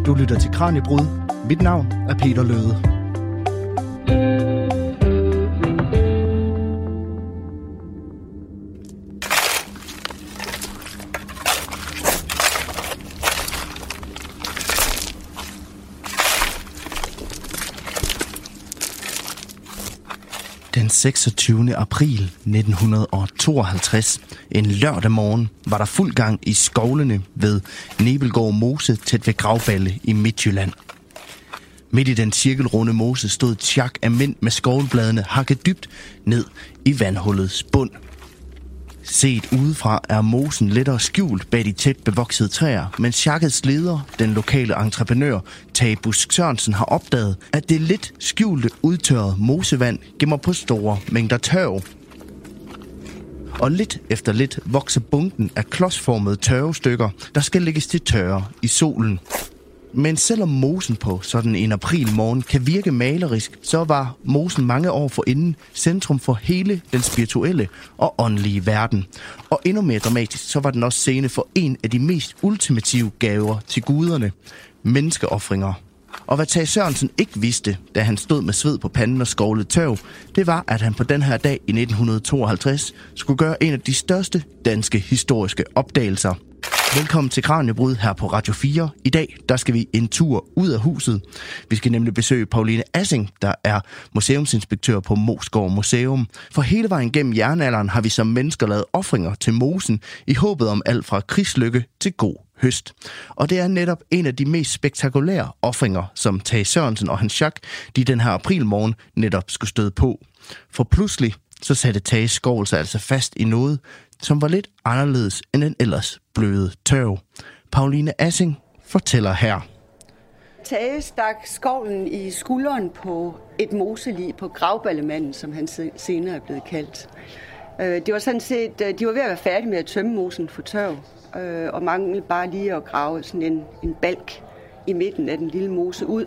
Du lytter til Kraniebrud. Mit navn er Peter Løde. Den 26. april 1952, en lørdag morgen, var der fuld gang i skovlene ved Nebelgård Mose tæt ved Grauballe i Midtjylland. Midt i den cirkelrunde mose stod et sjak af mænd med skovlbladene hakket dybt ned i vandhullets bund. Set udefra er mosen lettere skjult bag de tæt bevoksede træer, men sjakkets leder, den lokale entreprenør Tage Busk Sørensen, har opdaget, at det lidt skjulte udtørrede mosevand gemmer på store mængder tørv. Og lidt efter lidt vokser bunken af klodsformede tørvestykker, der skal lægges til tørre i solen. Men selvom mosen på sådan en aprilmorgen kan virke malerisk, så var mosen mange år forinden centrum for hele den spirituelle og åndelige verden. Og endnu mere dramatisk, så var den også scene for en af de mest ultimative gaver til guderne, menneskeofringer. Og hvad Tage Sørensen ikke vidste, da han stod med sved på panden og skovlede tørv, det var, at han på den her dag i 1952 skulle gøre en af de største danske historiske opdagelser. Velkommen til Kraniebrud her på Radio 4. I dag, der skal vi en tur ud af huset. Vi skal nemlig besøge Pauline Assing, der er museumsinspektør på Moesgaard Museum. For hele vejen gennem jernalderen har vi som mennesker lavet ofringer til mosen i håbet om alt fra krigslykke til god høst. Og det er netop en af de mest spektakulære ofringer, som Tage Sørensen og hans sjak, de den her aprilmorgen netop skulle støde på. For pludselig så satte Tages skovl sig altså fast i noget, som var lidt anderledes end den ellers bløde tørv. Pauline Assing fortæller her. Tage stak skovlen i skulderen på et moselig på Grauballemanden, som han senere er blevet kaldt. Det var sådan set, de var ved at være færdige med at tømme mosen for tørv, og manglede bare lige at grave sådan en balk i midten af den lille mose ud.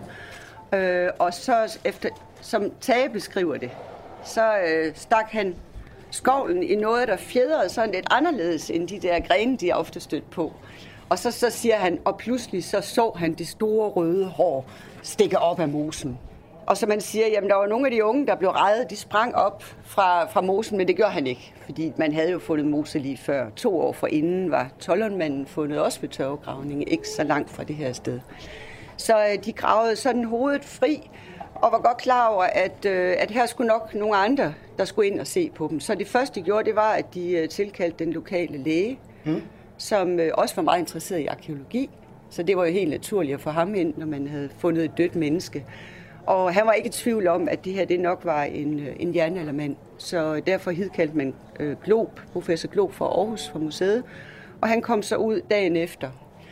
Og så efter, som Tage beskriver det, så stak han skovlen i noget, der fjederede sådan lidt anderledes end de der grene, de ofte stødt på. Og så siger han, og pludselig så han det store røde hår stikke op af mosen. Og så man siger, jamen der var nogle af de unge, der blev reddet, de sprang op fra mosen, men det gør han ikke. Fordi man havde jo fundet mose lige før. 2 år forinden var Tollundmanden fundet også ved tørvegravning, ikke så langt fra det her sted. Så de gravede sådan hovedet fri, og var godt klar over, at her skulle nok nogle andre, der skulle ind og se på dem. Så det første, de gjorde, det var, at de tilkaldte den lokale læge, som også var meget interesseret i arkæologi. Så det var jo helt naturligt at få ham ind, når man havde fundet et dødt menneske. Og han var ikke i tvivl om, at det her det nok var en jernaldermand. Så derfor hidkaldte man professor Glob fra Aarhus fra museet. Og han kom så ud dagen efter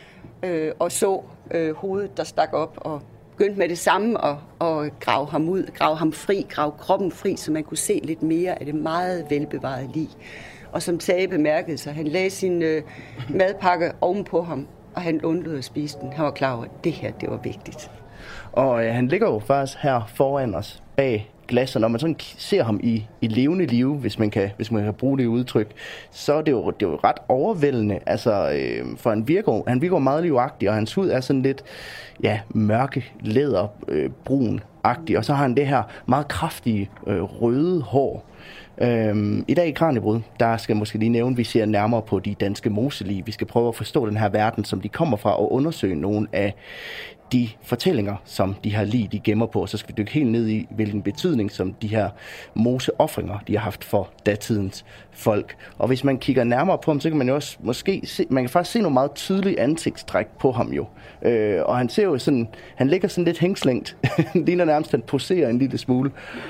og så hovedet, der stak op og begyndte med det samme at grave ham ud, grave ham fri, grave kroppen fri, så man kunne se lidt mere af det meget velbevarede lig. Og som Tage bemærkede sig, han lagde sin madpakke ovenpå ham, og han undlod at spise den. Han var klar over, at det her, det var vigtigt. Og han ligger jo faktisk her foran os bag glas, og når man sådan ser ham i levende live, hvis man kan bruge det udtryk, så er det jo ret overvældende. Altså, for han virker meget livagtig, og hans hud er sådan lidt mørke læder brun-agtig, og så har han det her meget kraftige røde hår. I dag i Kraniebrud, der skal jeg måske lige nævne, at vi ser nærmere på de danske moselig. Vi skal prøve at forstå den her verden, som de kommer fra, og undersøge nogle af de fortællinger, som de her lig, de gemmer på. Så skal vi dykke helt ned i, hvilken betydning, som de her moseofringer, de har haft for datidens folk. Og hvis man kigger nærmere på ham, så kan man jo også måske se, man kan faktisk se nogle meget tydelige ansigtstræk på ham jo. Og han ser jo sådan, han ligger sådan lidt hængslængt. Ligner nærmest, han poserer en lille smule.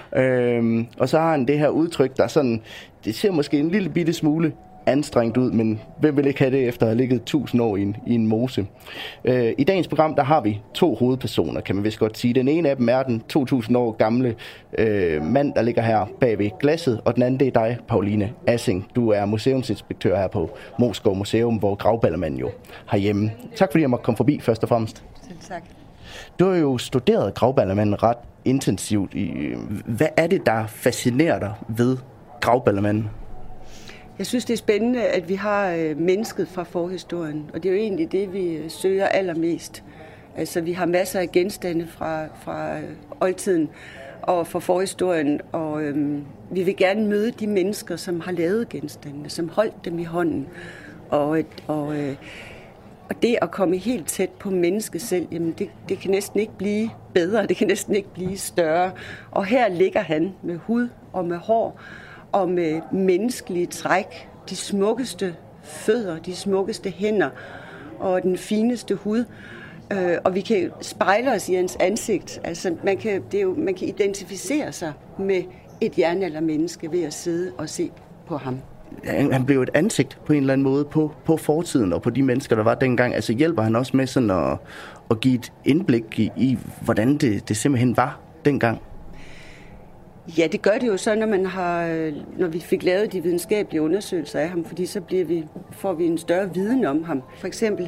Og så har han det her udtryk, der sådan, det ser måske en lille bitte smule anstrengt ud, men hvem vil ikke have det efter at have ligget 1000 år i en mose? I dagens program, der har vi 2 hovedpersoner, kan man vist godt sige. Den ene af dem er den 2000 år gamle mand, der ligger her bag ved glasset, og den anden, det er dig, Pauline Assing. Du er museumsinspektør her på Moesgaard Museum, hvor Grauballemanden jo har hjemme. Tak fordi jeg måtte komme forbi, først og fremmest. Selv tak. Du har jo studeret Grauballemanden ret intensivt. Hvad er det, der fascinerer dig ved Grauballemanden? Jeg synes, det er spændende, at vi har mennesket fra forhistorien, og det er jo egentlig det, vi søger allermest. Altså, vi har masser af genstande fra oldtiden og fra forhistorien, og vi vil gerne møde de mennesker, som har lavet genstandene, som holdt dem i hånden. Og det at komme helt tæt på mennesket selv, jamen det kan næsten ikke blive bedre, det kan næsten ikke blive større. Og her ligger han med hud og med hår og med menneskelige træk, de smukkeste fødder, de smukkeste hænder og den fineste hud. Og vi kan spejle os i hans ansigt. Altså, man kan identificere sig med et jernaldermenneske ved at sidde og se på ham. Han blev et ansigt på en eller anden måde på fortiden og på de mennesker, der var dengang. Altså hjælper han også med sådan at give et indblik i hvordan det simpelthen var dengang? Ja, det gør det jo så, når vi fik lavet de videnskabelige undersøgelser af ham, fordi så får vi en større viden om ham. For eksempel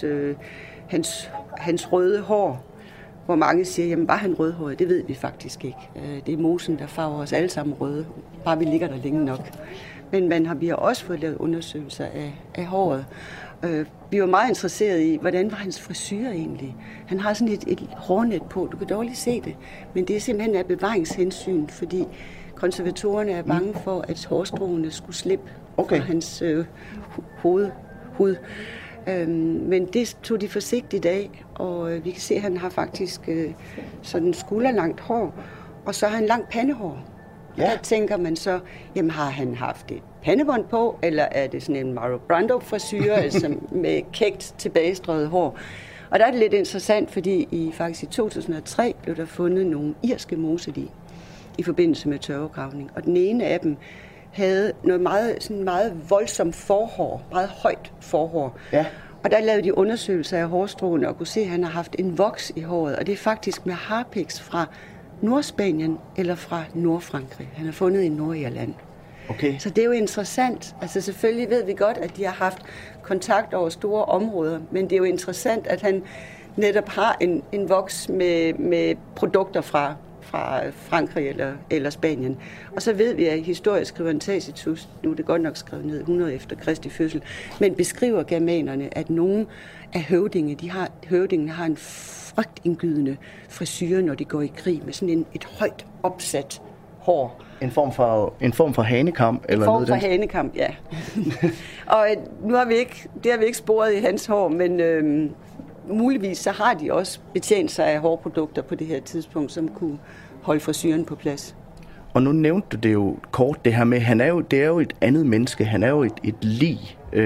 hans røde hår, hvor mange siger, jamen var han rødhåret? Det ved vi faktisk ikke. Det er mosen, der farver os alle sammen røde, bare vi ligger der længe nok. Men vi har også fået lavet undersøgelser af håret. Vi var meget interesserede i, hvordan var hans frisyr egentlig. Han har sådan et hårnet på, du kan dårligt se det, men det er simpelthen af bevaringshensyn, fordi konservatorerne er bange for, at hårstråene skulle slippe fra hans hud. Men det tog de forsigtigt af, og vi kan se, at han har faktisk sådan skulderlangt hår, og så har han langt pandehår. Ja. Der tænker man så, jamen har han haft et pandebånd på, eller er det sådan en Marlon Brando-frisyre, altså med kægt tilbagestrøget hår. Og der er det lidt interessant, fordi faktisk i 2003 blev der fundet nogle irske moselig i forbindelse med tørvegravning, og den ene af dem havde noget meget voldsomt forhår, meget højt forhår. Ja. Og der lavede de undersøgelser af hårstråene og kunne se, at han har haft en voks i håret, og det er faktisk med harpiks fra Nordspanien eller fra Nordfrankrig. Han har fundet i Nordirland. Okay. Så det er jo interessant. Altså selvfølgelig ved vi godt, at de har haft kontakt over store områder, men det er jo interessant, at han netop har en voks med produkter fra Frankrig eller Spanien. Og så ved vi, at historieskriveren Tacitus, nu er det godt nok skrevet ned 100 efter Kristi fødsel, men beskriver germanerne, at nogle af høvdingene har en frygtindgydende frisyre, når de går i krig, med sådan et højt opsat hår. En form for hanekam? Eller en form for hanekam, ja. Og nu har vi ikke sporet i hans hår, men muligvis så har de også betjent sig af hårprodukter på det her tidspunkt, som kunne holde frisyren på plads. Og nu nævnte du det jo kort, det her med, det er jo et andet menneske, han er jo et lig.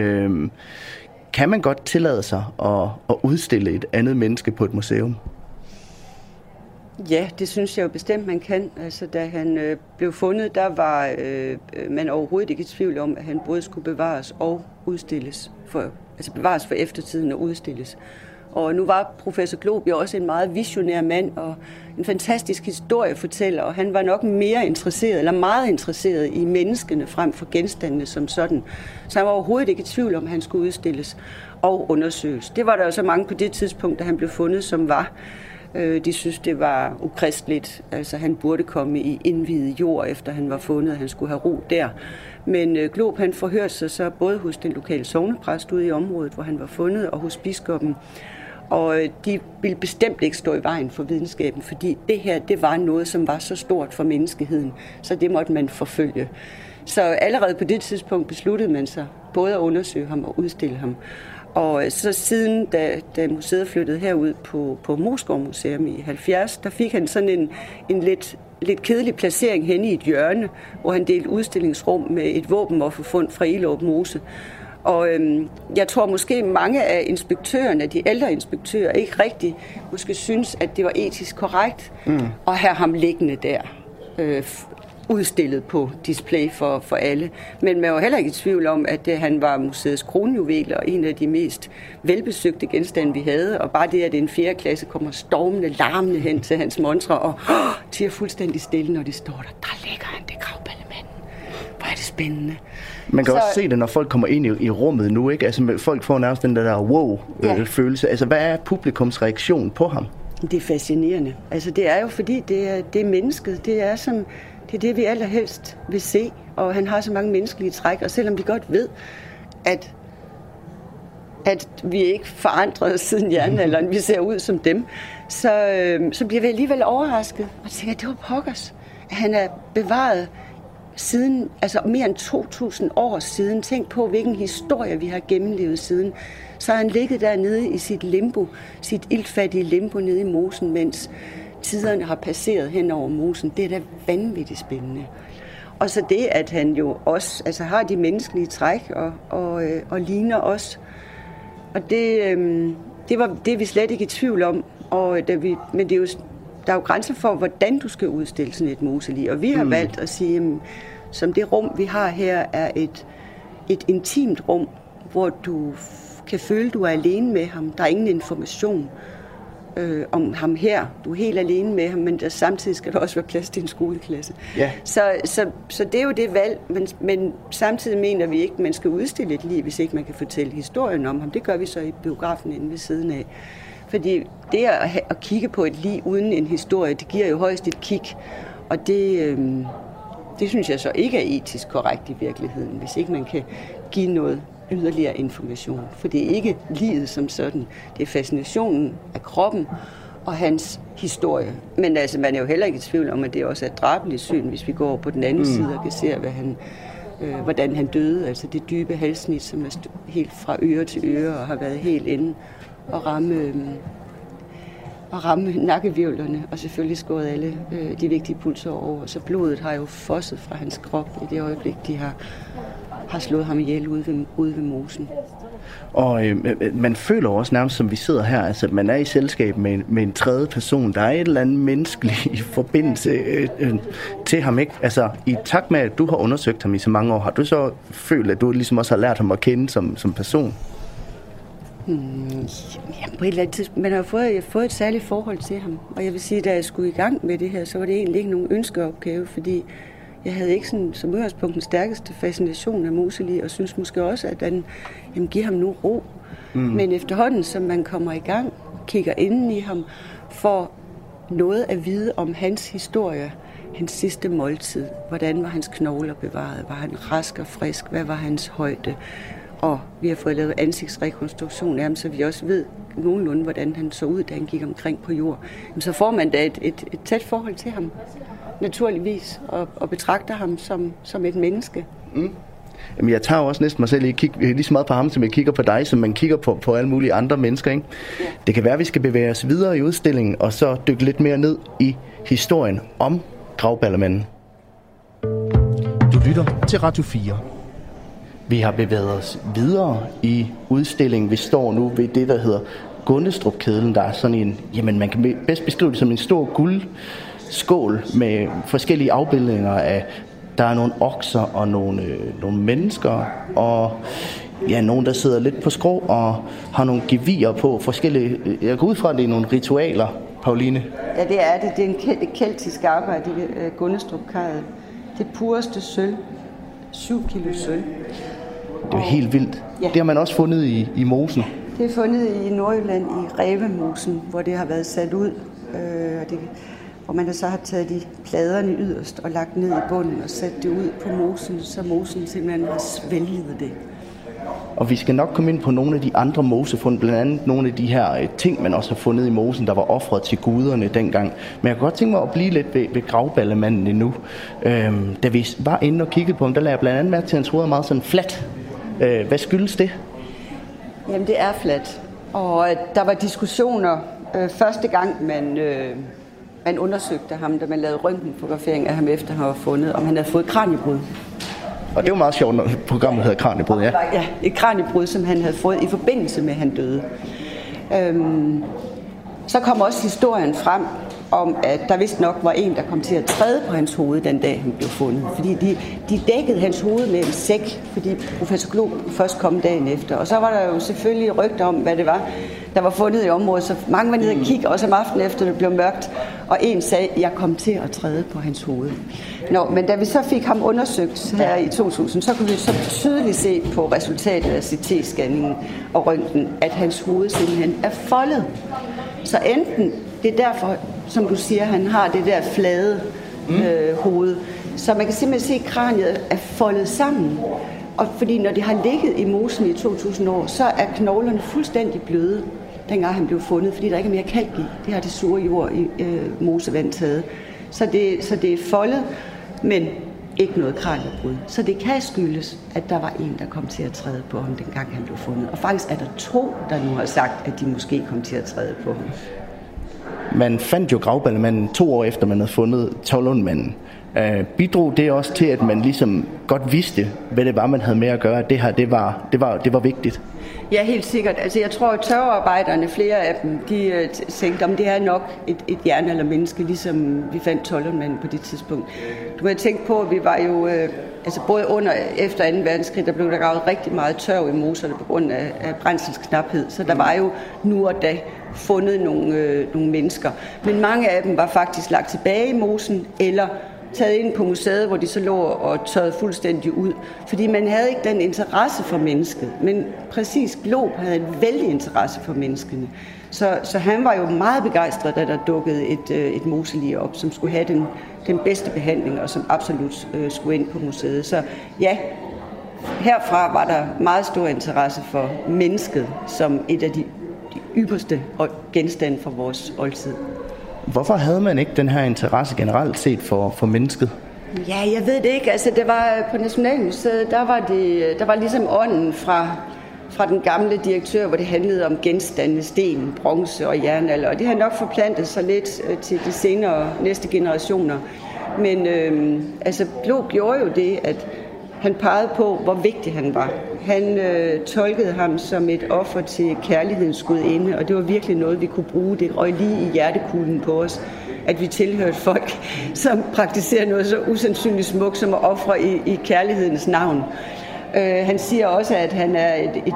Kan man godt tillade sig at udstille et andet menneske på et museum? Ja, det synes jeg jo bestemt, man kan. Altså, da han blev fundet, der var man overhovedet ikke i tvivl om, at han både skulle bevares og udstilles. Bevares for eftertiden og udstilles. Og nu var professor Glob jo også en meget visionær mand og en fantastisk historiefortæller, og han var nok meget interesseret i menneskene frem for genstandene som sådan. Så han var overhovedet ikke i tvivl om, at han skulle udstilles og undersøges. Det var der jo så mange på det tidspunkt, da han blev fundet, som var. De synes, det var ukristeligt. Altså, han burde komme i indviet jord, efter han var fundet, at han skulle have ro der. Men Glob, han forhørte sig så både hos den lokale sognepræst ude i området, hvor han var fundet, og hos biskoppen. Og de ville bestemt ikke stå i vejen for videnskaben, fordi det her, det var noget, som var så stort for menneskeheden, så det måtte man forfølge. Så allerede på det tidspunkt besluttede man sig både at undersøge ham og udstille ham. Og så siden, da museet flyttede herud på Moesgaard Museum i 70, der fik han sådan en lidt kedelig placering henne i et hjørne, hvor han delte udstillingsrum med et våbenofferfund fra Ilåb Mose. Og jeg tror måske mange af inspektørerne, de ældre inspektører, ikke rigtig måske synes, at det var etisk korrekt at have ham liggende der, udstillet på display for alle. Men man var heller ikke i tvivl om, at han var museets kronjuvel og en af de mest velbesøgte genstande, vi havde. Og bare det, at en 4. klasse kommer stormende, larmende hen til hans montre og tiger fuldstændig stille, når de står der ligger han, det gravballemanden. Hvor er det spændende. Man kan også se det, når folk kommer ind i rummet nu, ikke? Altså folk får nærmest den der wow-følelse. Altså hvad er publikums reaktion på ham? Det er fascinerende. Altså det er jo fordi, det er mennesket. Det er det, vi allerhelst vil se. Og han har så mange menneskelige træk. Og selvom de godt ved, at at vi ikke forandrede siden jernalderen, vi ser ud som dem, så bliver vi alligevel overrasket. Og tænker, det var pokkers. Han er bevaret siden, altså mere end 2000 år siden. Tænk på, hvilken historie vi har gennemlevet siden. Så har han ligget dernede i sit limbo, sit iltfattige limbo nede i mosen, mens tiderne har passeret hen over mosen. Det er da vanvittigt spændende. Og så det, at han jo også har de menneskelige træk og ligner os. Og det er vi slet ikke i tvivl om. Men det er jo, der er jo grænser for, hvordan du skal udstille sådan et moselig. Og vi har valgt at sige, som det rum, vi har her, er et intimt rum, hvor du kan føle, du er alene med ham. Der er ingen information om ham her. Du er helt alene med ham, men samtidig skal der også være plads til en skoleklasse. Yeah. Så det er jo det valg, men samtidig mener vi ikke, at man skal udstille et liv, hvis ikke man kan fortælle historien om ham. Det gør vi så i biografen inde ved siden af. Fordi det at kigge på et liv uden en historie, det giver jo højst et kig. Og det synes jeg så ikke er etisk korrekt i virkeligheden, hvis ikke man kan give noget yderligere information. For det er ikke livet som sådan. Det er fascinationen af kroppen og hans historie. Men altså, man er jo heller ikke i tvivl om, at det også er et drabeligt syn, hvis vi går på den anden side og kan se, hvordan han døde. Altså det dybe halssnit, som er helt fra øre til øre og har været helt inde og ramme nakkevivlerne, og selvfølgelig skåret alle de vigtige pulser over. Så blodet har jo fosset fra hans krop i det øjeblik, de har slået ham ihjel ude ved mosen. Og man føler også nærmest, som vi sidder her, altså man er i selskab med en tredje person. Der er et eller andet menneskeligt forbindelse til ham, ikke? Altså i takt med, at du har undersøgt ham i så mange år, har du så følt, at du ligesom også har lært ham at kende som person? Ja, på et eller andet tidspunkt. Man har fået et særligt forhold til ham. Og jeg vil sige, da jeg skulle i gang med det her, så var det egentlig ikke nogen ønskeopgave, fordi jeg havde ikke sådan, som udgangspunkt den stærkeste fascination af Mosely, og synes måske også, at giver ham nu ro. Men efterhånden, som man kommer i gang, kigger inden i ham, får noget at vide om hans historie, hans sidste måltid. Hvordan var hans knogler bevaret? Var han rask og frisk? Hvad var hans højde? Og vi har fået lavet ansigtsrekonstruktion af ham, så vi også ved nogenlunde, hvordan han så ud, da han gik omkring på jord. Jamen, så får man da et tæt forhold til ham, naturligvis, og betragter ham som et menneske. Jamen, jeg tager også næsten mig selv lige så meget på ham, som jeg kigger på dig, som man kigger på alle mulige andre mennesker, ikke? Ja. Det kan være, at vi skal bevæge os videre i udstillingen, og så dykke lidt mere ned i historien om Grauballemanden. Du lytter til Radio 4. Vi har bevæget os videre i udstillingen. Vi står nu ved det, der hedder Gundestrup-kedlen. Der er sådan en, jamen man kan bedst beskrive det som en stor guldskål med forskellige afbildninger af, der er nogle okser og nogle mennesker, og ja, nogen, der sidder lidt på skrå og har nogle gevier på forskellige. Jeg går ud fra, at det er nogle ritualer, Pauline. Ja, det er det. Det er et keltisk arbejde i Gundestrup-karet. Det pureste sølv. 7 kilo sølv. Det er helt vildt. Ja. Det har man også fundet i mosen. Det er fundet i Nordjylland i Rævemosen, hvor det har været sat ud. Hvor man så har taget de pladerne yderst og lagt ned i bunden og sat det ud på mosen, så mosen simpelthen har svælget det. Og vi skal nok komme ind på nogle af de andre mosefund, blandt andet nogle af de her ting, man også har fundet i mosen, der var ofret til guderne dengang. Men jeg kunne godt tænke mig at blive lidt ved Grauballemanden endnu. Da vi var inde og kiggede på ham, der lagde jeg blandt andet mærke til, at hans hoved er meget sådan fladt. Hvad skyldes det? Jamen det er fladt. Og der var diskussioner første gang, man undersøgte ham, da man lavede røntgenfotografering af ham efter han var fundet, om han havde fået kraniebrud. Og det var meget sjovt, når programmet hedder Kraniebrud, ja. Ja, et kraniebrud, som han havde fået i forbindelse med, at han døde. Så kom også historien frem om, at der vist nok var en, der kom til at træde på hans hoved den dag, han blev fundet. Fordi de dækkede hans hoved med en sæk, fordi professor Glob først kom dagen efter. Og så var der jo selvfølgelig rygter om, hvad det var, der var fundet i området. Så mange var nede og kigge, også om aftenen efter det blev mørkt. Og en sagde, at jeg kom til at træde på hans hoved. Men da vi så fik ham undersøgt her i 2000, så kunne vi så tydeligt se på resultatet af CT-scanningen og røntgen, at hans hoved simpelthen er foldet. Så enten, det er derfor, som du siger, han har det der flade hoved. Så man kan simpelthen se, at kraniet er foldet sammen. Og fordi når det har ligget i mosen i 2000 år, så er knoglerne fuldstændig bløde, dengang han blev fundet, fordi der ikke er mere kalk i. Det har det sure jord i mosevand taget. Så det er foldet, men ikke noget kraliebrud. Så det kan skyldes, at der var en, der kom til at træde på ham, dengang han blev fundet. Og faktisk er der 2, der nu har sagt, at de måske kom til at træde på ham. Man fandt jo gravballemanden 2 år efter, man havde fundet Tollundmanden. Bidrog det også til, at man ligesom godt vidste, hvad det var, man havde med at gøre? Det her, det var vigtigt. Ja, helt sikkert. Altså, jeg tror, at tørvearbejderne, flere af dem, de tænkte, om det er nok et jernaldermenneske, ligesom vi fandt Tollundmanden på det tidspunkt. Du kan tænke på, at vi var jo, altså både under efter 2. verdenskrig, der blev der gravet rigtig meget tørv i moserne på grund af brændselsknaphed. Så der var jo nu og da fundet nogle mennesker. Men mange af dem var faktisk lagt tilbage i mosen, eller taget ind på museet, hvor de så lå og tørrede fuldstændig ud. Fordi man havde ikke den interesse for mennesket. Men præcis Glob havde en vældig interesse for menneskene. Så han var jo meget begejstret, da der dukkede et moselig op, som skulle have den bedste behandling, og som absolut skulle ind på museet. Så ja, herfra var der meget stor interesse for mennesket, som et af de ypperste genstande for vores oldtid. Hvorfor havde man ikke den her interesse generelt set for mennesket? Ja, jeg ved det ikke. Altså, det var på Nationalmuseet, der var ligesom ånden fra den gamle direktør, hvor det handlede om genstande, sten, bronze og jernalder. Og det har nok forplantet sig lidt til de senere næste generationer. Men Glob gjorde jo det, at han pegede på, hvor vigtig han var. Han tolkede ham som et offer til kærlighedens gudinde, og det var virkelig noget, vi kunne bruge. Det røg lige i hjertekuglen på os, at vi tilhørte folk, som praktiserer noget så usandsynligt smukt som at ofre i kærlighedens navn. Han siger også, at han er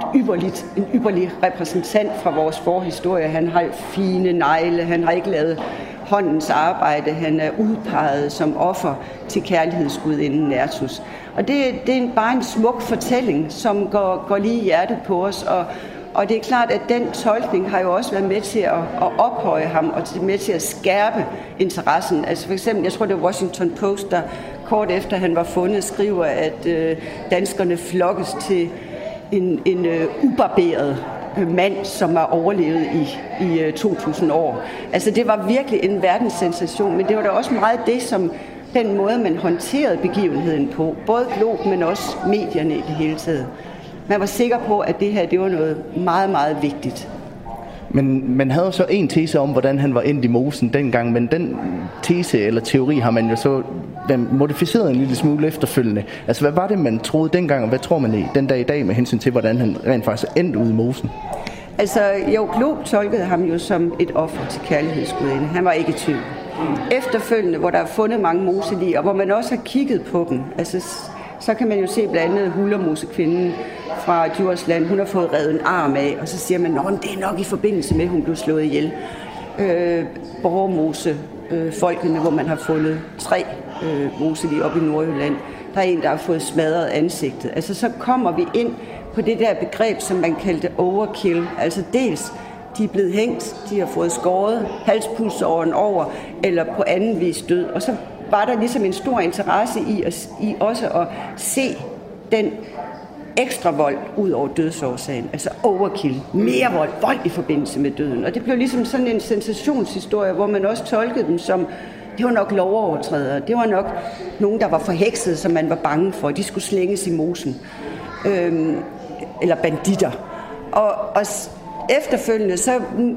en ypperlig repræsentant fra vores forhistorie. Han har fine negle, han har ikke lavet håndens arbejde, han er udpeget som offer til kærlighedsgudinden Nertus. Og det er bare en smuk fortælling, som går lige i hjertet på os, og det er klart, at den tolkning har jo også været med til at ophøje ham, og med til at skærpe interessen. Altså for eksempel, jeg tror det var Washington Post, der kort efter han var fundet, skriver, at danskerne flokkes til en ubarberet mand, som er overlevet i 2000 år. Altså det var virkelig en verdenssensation, men det var da også meget det, som den måde, man håndterede begivenheden på. Både Glob, men også medierne i det hele taget. Man var sikker på, at det her, det var noget meget, meget vigtigt. Men man havde så en tese om, hvordan han var endt i mosen dengang, men den tese eller teori har man jo så modificeret en lille smule efterfølgende. Altså, hvad var det, man troede dengang, og hvad tror man den dag i dag med hensyn til, hvordan han rent faktisk endte ude i mosen? Altså, Glob tolkede ham jo som et offer til kærlighedsgudinde. Han var ikke i tvivl. Efterfølgende, hvor der er fundet mange moseliger, og hvor man også har kigget på dem, altså, så kan man jo se blandt andet Hullermosekvinden fra Djursland. Hun har fået revet en arm af, og så siger man, at det er nok i forbindelse med, at hun blev slået ihjel. Borgermose folkene, hvor man har fundet 3 moseliger op i Nordjylland. Der er en, der har fået smadret ansigtet. Altså så kommer vi ind på det der begreb, som man kaldte overkill. Altså dels, de er blevet hængt, de har fået skåret halspulsåren over, eller på anden vis død. Og så var der ligesom en stor interesse i også at se den ekstra vold ud over dødsårsagen, altså overkill, mere vold i forbindelse med døden. Og det blev ligesom sådan en sensationshistorie, hvor man også tolkede dem som, det var nok lovovertrædere, det var nok nogen, der var forhekset, som man var bange for, de skulle slænges i mosen, eller banditter. Og efterfølgende, så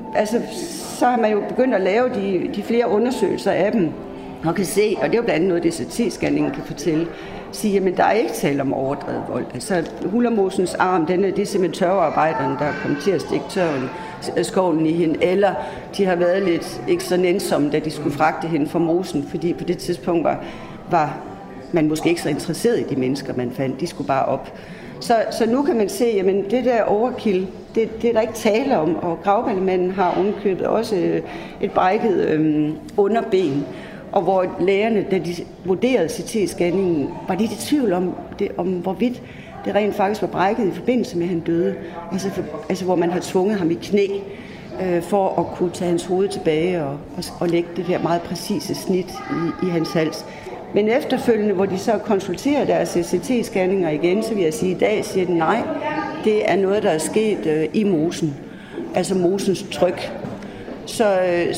har man jo begyndt at lave de flere undersøgelser af dem, og kan se, og det er jo blandt andet noget, det CT-scanningen kan fortælle, sige, at der er ikke tale om overdrevet vold. Altså, Hullermosens arm, det er simpelthen tørvearbejderne, der er kommet til at stikke skovlen i hende, eller de har været lidt ikke så nænsomme, da de skulle fragte hende fra mosen, fordi på det tidspunkt var man måske ikke så interesseret i de mennesker, man fandt. De skulle bare op. Så nu kan man se, at det der overkill, det er der ikke tale om, og gravballemanden har underkøbet også et brækket underben, og hvor lægerne, da de vurderede CT-scanningen, var de i tvivl om hvorvidt det rent faktisk var brækket i forbindelse med, at han døde. Altså hvor man har tvunget ham i knæ for at kunne tage hans hoved tilbage og lægge det der meget præcise snit i hans hals. Men efterfølgende, hvor de så konsulterer deres CT-scanninger igen, så vil jeg sige, at i dag siger den nej, det er noget, der er sket i mosen. Altså mosens tryk. Så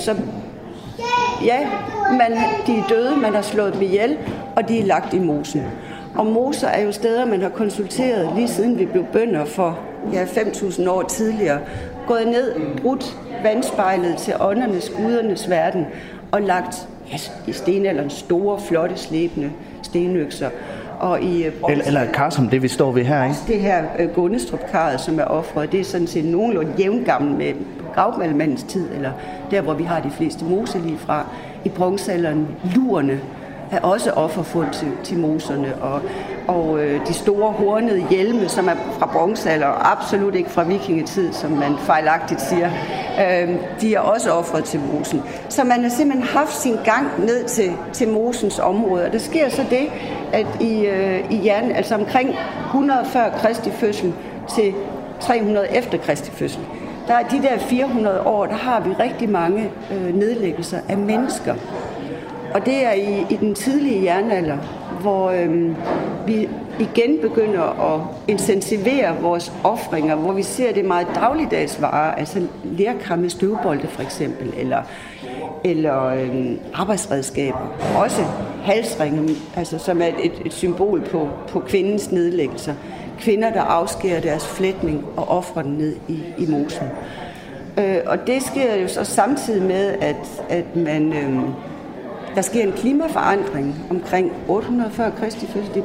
ja, de er døde, man har slået dem ihjel, og de er lagt i mosen. Og moser er jo steder, man har konsulteret lige siden vi blev bønder for 5.000 år tidligere. Gået ned, brudt vandspejlet til åndernes, gudernes verden, og lagt i stenalderen store, flotte, slæbende stenøkser. Og eller et kar som det, vi står ved her, ikke? Det her Gunnestrup-karret, som er offret, det er sådan set nogenlunde jævngammel med gravmalmandens tid, eller der, hvor vi har de fleste moselig fra. I bronzealderen, lurerne er også offerfund til moserne, og de store hornede hjelme, som er fra bronzealder, og absolut ikke fra vikingetid, som man fejlagtigt siger, de er også offret til mosen. Så man har simpelthen haft sin gang ned til mosens område, og der sker så det, at i jern, altså omkring 100 før Kristi fødsel til 300 efter Kristi fødsel, der er de der 400 år, der har vi rigtig mange nedlæggelser af mennesker. Og det er i den tidlige jernalder, hvor vi igen begynder at intensivere vores ofringer, hvor vi ser det meget dagligdags varer, altså lerkar med støvbolde for eksempel, eller arbejdsredskaber. Også halsringe, altså, som er et symbol på kvindens nedlæggelser. Kvinder, der afskærer deres flætning og offrer den ned i mosen. Og det sker jo så samtidig med, at der sker en klimaforandring omkring 800 før Kristi fødsel.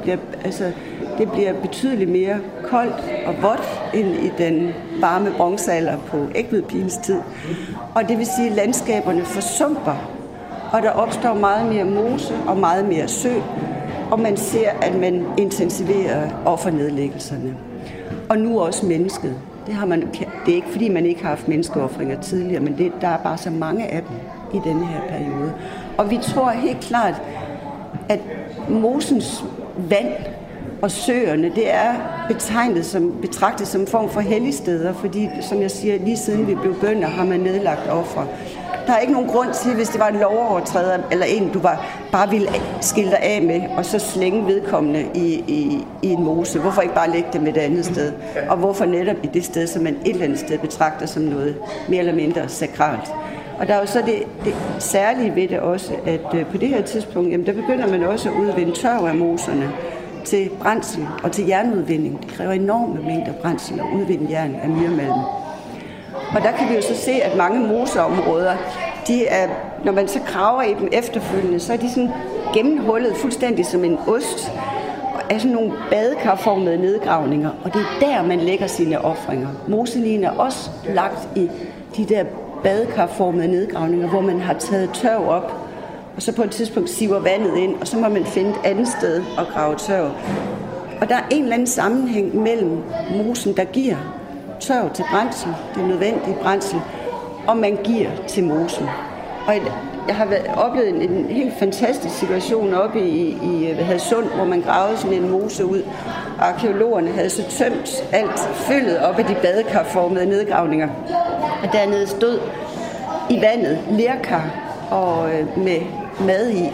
Det bliver betydeligt mere koldt og vådt end i den varme bronzealder på Egtvedpigens tid. Og det vil sige, at landskaberne forsumper, og der opstår meget mere mose og meget mere sø, og man ser, at man intensiverer offernedlæggelserne. Og nu også mennesket. Det er ikke, fordi man ikke har haft menneskeoffringer tidligere, men der er bare så mange af dem i denne her periode. Og vi tror helt klart, at mosens vand og søerne, det er betragtet som en form for helligsteder, fordi, som jeg siger, lige siden vi blev bønder, har man nedlagt ofre. Der er ikke nogen grund til, hvis det var en lovovertræder, eller en, du bare ville skille dig af med, og så slænge vedkommende i en mose. Hvorfor ikke bare lægge dem et andet sted? Og hvorfor netop i det sted, som man et eller andet sted betragter som noget mere eller mindre sakralt? Og der er jo så det særlige ved det også, at på det her tidspunkt, jamen, der begynder man også at udvinde tørv af moserne til brændsel og til jernudvinding. Det kræver enorme mængder brændsel at udvinde jern af myrmalm. Og der kan vi jo så se, at mange moseområder, de er, når man så graver i dem efterfølgende, så er de sådan gennemhullet fuldstændig som en ost, af sådan nogle badekarformede nedgravninger, og det er der, man lægger sine ofringer. Moselien er også lagt i de der badekarformede nedgravninger, hvor man har taget tørv op, og så på et tidspunkt siver vandet ind, og så må man finde et andet sted og grave tørv. Og der er en eller anden sammenhæng mellem mosen, der giver tørv til brændsel, det er nødvendigt brændsel, og man giver til mosen. Og jeg har oplevet en helt fantastisk situation oppe i Hadsund, hvor man gravede sådan en mose ud. Arkæologerne havde så tømt alt fyldet op af de badekarformede nedgravninger. Og dernede stod i vandet lerkar og med mad i,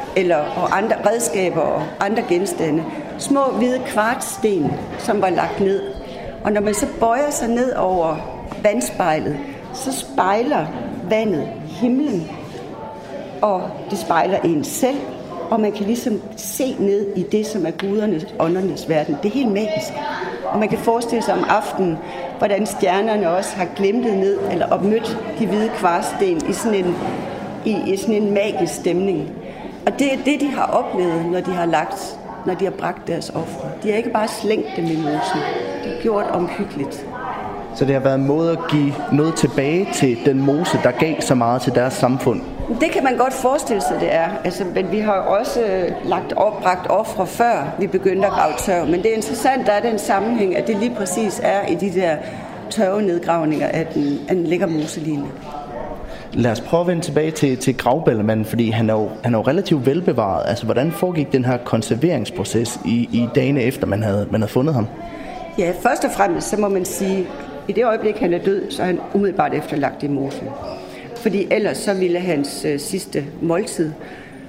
og andre redskaber og andre genstande. Små hvide kvartsten, som var lagt ned. Og når man så bøjer sig ned over vandspejlet, så spejler vandet himlen, og det spejler en selv, og man kan ligesom se ned i det, som er gudernes, åndernes verden. Det er helt magisk. Og man kan forestille sig om aftenen, hvordan stjernerne også har glimtet ned, eller opmødt de hvide kvartsten i sådan en magisk stemning. Og det er det, de har oplevet, når de har bragt deres ofre. De har ikke bare slængt dem i mosen. De har gjort omhyggeligt. Så det har været en måde at give noget tilbage til den mose, der gav så meget til deres samfund? Det kan man godt forestille sig, det er. Men vi har også bragt ofre før vi begyndte at grave tørv. Men det er interessant, der er den sammenhæng, at det lige præcis er i de der tørvenedgravninger, at den ligger moseline. Lad os prøve at vende tilbage til gravballemanden, fordi han er jo relativt velbevaret. Altså, hvordan foregik den her konserveringsproces i dagene efter, man havde fundet ham? Ja, først og fremmest, så må man sige, i det øjeblik, han er død, så er han umiddelbart efterlagt i mosen. Fordi ellers så ville hans sidste måltid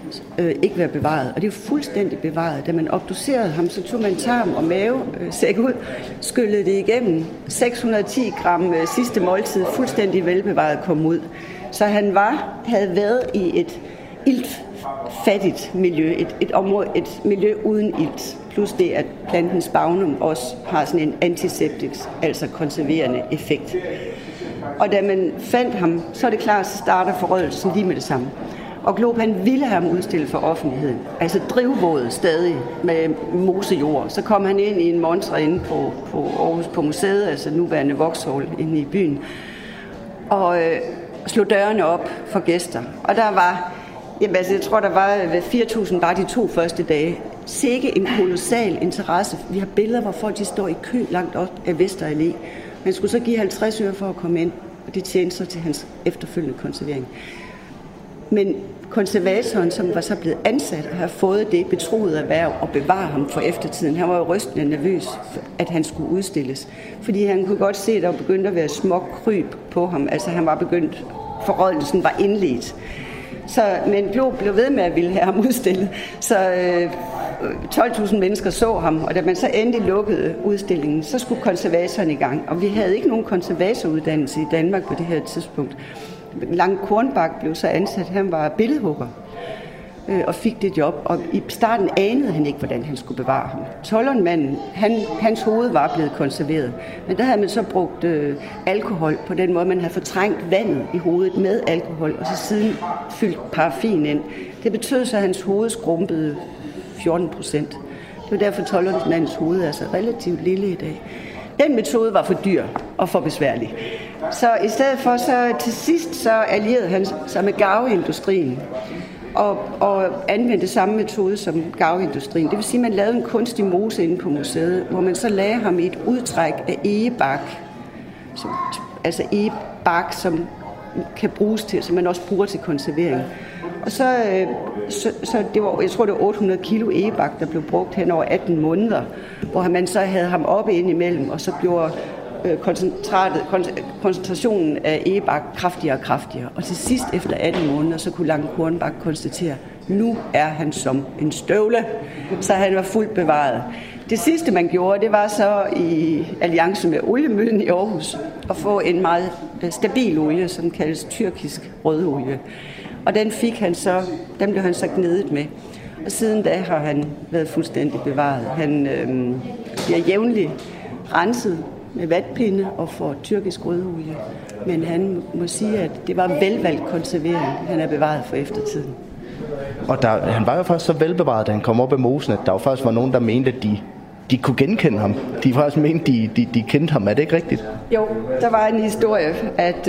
ikke være bevaret. Og det er jo fuldstændig bevaret. Da man obducerede ham, så tog man tarm og mavesæk ud, skyllede det igennem. 610 gram sidste måltid, fuldstændig velbevaret, kom ud. Så han havde været i et iltfattigt miljø, et område, et miljø uden ilt. Plus det, at plantens spagnum også har sådan en antiseptisk, altså konserverende effekt. Og da man fandt ham, så er det klart, så starter forrødelsen lige med det samme. Og Glob, han ville have ham udstillet for offentligheden. Altså drivvåd stadig med mosejord. Så kom han ind i en montre inde på Aarhus på museet, altså nuværende Vauxhall inde i byen, og slog dørene op for gæster. Og der var, jeg tror, der var 4.000 bare de 2 første dage. Sikke en kolossal interesse. Vi har billeder, hvor folk de står i kø langt op af Vester Allé. Man skulle så give 50 øre for at komme ind, og det tjente så til hans efterfølgende konservering. Men konservatoren, som var så blevet ansat og har fået det betroede erhverv at bevare ham for eftertiden, han var jo rystende nervøs, at han skulle udstilles. Fordi han kunne godt se, at der var begyndt at være små kryb på ham. Altså han var begyndt, forrådelsen var indledt. Men Glob blev ved med at ville have ham udstillet. Så 12.000 mennesker så ham, og da man så endelig lukkede udstillingen, så skulle konservatoren i gang. Og vi havde ikke nogen konservatoruddannelse i Danmark på det her tidspunkt. Lang Kornbak blev så ansat, han var billedhugger og fik det job. Og i starten anede han ikke, hvordan han skulle bevare ham. Tollernmanden, hans hoved var blevet konserveret. Men der havde man så brugt alkohol på den måde, man havde fortrængt vandet i hovedet med alkohol, og så siden fyldt paraffin ind. Det betød så, at hans hoved skrumpede 14%. Det var derfor tollernmandens hoved er så relativt lille i dag. Den metode var for dyr og for besværlig. Så i stedet for, så til sidst, så allierede han sig med garveindustrien og anvendte samme metode som garveindustrien. Det vil sige, at man lavede en kunstig mose inde på museet, hvor man så lagde ham i et udtræk af egebark. Altså egebark, som kan bruges til, som man også bruger til konservering. Og så det var, jeg tror det var 800 kilo egebak, der blev brugt hen over 18 måneder, hvor man så havde ham oppe ind imellem, og så gjorde koncentrationen af egebak kraftigere og kraftigere. Og til sidst efter 18 måneder, så kunne Lang Kornbak konstatere, nu er han som en støvle, så han var fuldt bevaret. Det sidste man gjorde, det var så i alliance med oliemøllen i Aarhus, at få en meget stabil olie, som kaldes tyrkisk rødolie. Og den blev han så gnedet med. Og siden da har han været fuldstændig bevaret. Han bliver jævnligt renset med vatpinde og får tyrkisk rødolie. Men han må sige, at det var velvalgt konservering, han er bevaret for eftertiden. Og han var jo faktisk så velbevaret, da han kom op af mosen, at der jo faktisk var nogen, der mente, at de kunne genkende ham. De faktisk mente, de kendte ham. Er det ikke rigtigt? Jo, der var en historie, at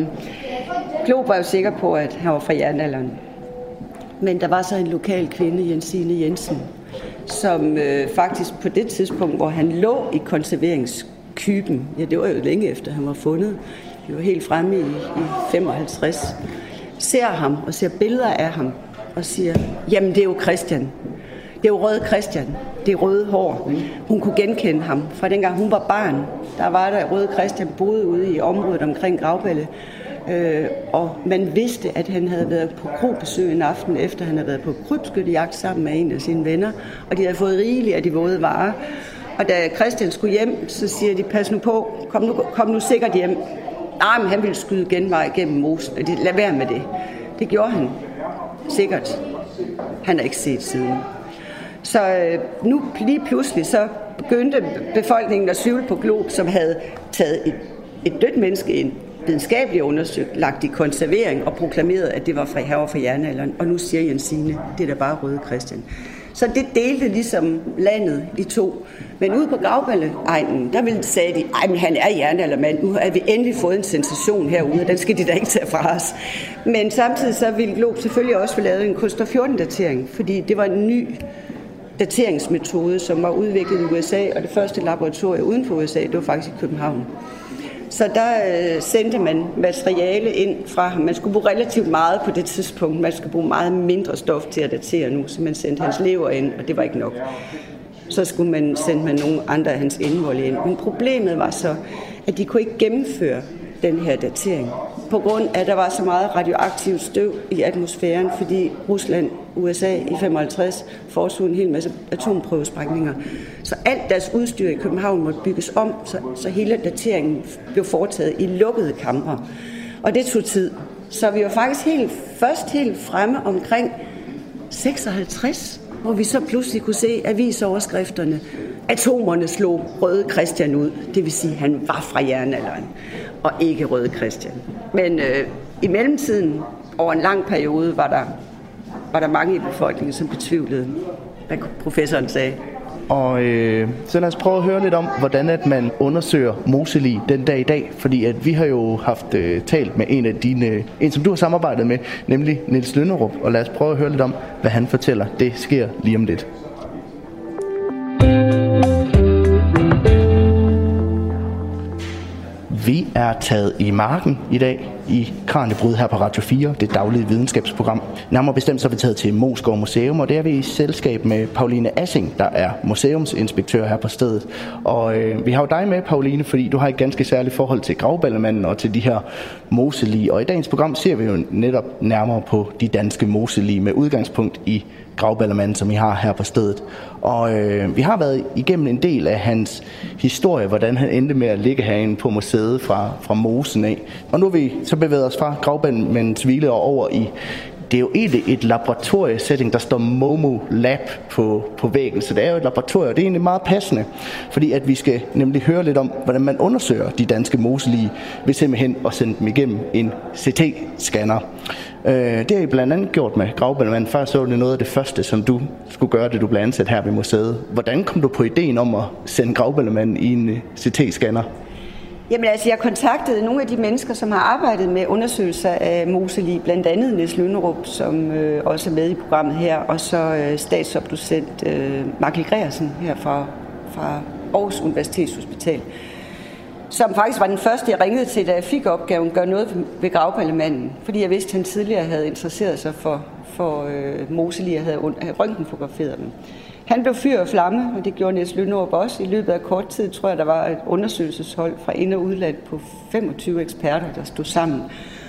Glob var jo sikker på, at han var fra jernalderen. Men der var så en lokal kvinde, Jensine Jensen, som faktisk på det tidspunkt, hvor han lå i konserveringskyben, ja, det var jo længe efter, han var fundet, det var helt fremme i 55, ser ham og ser billeder af ham og siger, jamen det er jo Christian. Det er jo Røde Christian. Det er røde hår. Hun kunne genkende ham fra dengang hun var barn. Der var der Røde Christian boede ude i området omkring Grauballe. Og man vidste, at han havde været på krobesøg en aften, efter han havde været på krybskyttejagt sammen med en af sine venner. Og de havde fået rigeligt af de våde varer. Og da Christian skulle hjem, så siger de, pas nu på, kom nu sikkert hjem. Nej, men han ville skyde genvej gennem mosen, og lad være med det. Det gjorde han sikkert. Han har ikke set siden. Så nu lige pludselig så begyndte befolkningen at tvivle på Glob, som havde taget et dødt menneske ind, videnskabeligt undersøgt, lagt i konservering og proklameret, at det var fra jernalderen. Og nu siger Jensine, det er da bare Røde Christian. Så det delte ligesom landet i to. Men ude på Grauballe-egnen, der sagde de, men han er jernaldermand, nu har vi endelig fået en sensation herude, og den skal de da ikke tage fra os. Men samtidig så ville Glob selvfølgelig også få lavet en kulstof 14-datering, fordi det var en ny dateringsmetode, som var udviklet i USA, og det første laboratorie uden for USA, det var faktisk i København. Så der sendte man materiale ind fra ham. Man skulle bruge relativt meget på det tidspunkt. Man skulle bruge meget mindre stof til at datere nu, så man sendte hans lever ind, og det var ikke nok. Så skulle man sende nogle andre af hans indvold ind. Men problemet var så, at de kunne ikke gennemføre den her datering på grund af, at der var så meget radioaktivt støv i atmosfæren, fordi Rusland, USA i 55 foretog en hel masse atomprøvesprængninger. Så alt deres udstyr i København måtte bygges om, så hele dateringen blev foretaget i lukkede kamre. Og det tog tid. Så vi var faktisk først helt fremme omkring 56, hvor vi så pludselig kunne se avisoverskrifterne. Atomerne slog Røde Christian ud. Det vil sige, at han var fra jernalderen, og ikke Røde Christian. Men i mellemtiden, over en lang periode, var der mange i befolkningen, som betvivlede, hvad professoren sagde. Og så lad os prøve at høre lidt om, hvordan at man undersøger moselig den dag i dag. Fordi at vi har jo haft talt med en som du har samarbejdet med, nemlig Niels Lynnerup. Og lad os prøve at høre lidt om, hvad han fortæller. Det sker lige om lidt. Vi er taget i marken i dag i Kraniebrud her på Radio 4, det daglige videnskabsprogram. Nærmere bestemt så er vi taget til Moesgaard Museum, og det er vi i selskab med Pauline Assing, der er museumsinspektør her på stedet. Og vi har jo dig med, Pauline, fordi du har et ganske særligt forhold til gravballemanden og til de her moselige. Og i dagens program ser vi jo netop nærmere på de danske moselige med udgangspunkt i gravballemanden, som I har her på stedet. Og vi har været igennem en del af hans historie, hvordan han endte med at ligge herinde på museet fra mosen af. Og nu er vi så bevæget os fra gravballemandens hvile og over i, det er jo egentlig et laboratoriesetting, der står Momo Lab på væggen, så det er jo et laboratorium, og det er egentlig meget passende, fordi at vi skal nemlig høre lidt om, hvordan man undersøger de danske moselige ved simpelthen at sende dem igennem en CT-scanner. Det har I blandt andet gjort med gravballemanden. Før så var det noget af det første, som du skulle gøre, da du blev ansat her ved museet. Hvordan kom du på ideen om at sende gravballemanden i en CT-scanner? Jamen altså, jeg kontaktede nogle af de mennesker, som har arbejdet med undersøgelser af moselige, blandt andet Niels Lynnerup, som også er med i programmet her, og så stabsopdocent Markel Gregersen her fra Aarhus Universitetshospital, som faktisk var den første, jeg ringede til, da jeg fik opgaven at gøre noget ved gravballemanden, fordi jeg vidste, at han tidligere havde interesseret sig for moselige og havde røntgenfotograferet dem. Han blev fyr og flamme, og det gjorde Niels Lynnerup også. I løbet af kort tid, tror jeg, der var et undersøgelseshold fra ind- og udland på 25 eksperter, der stod sammen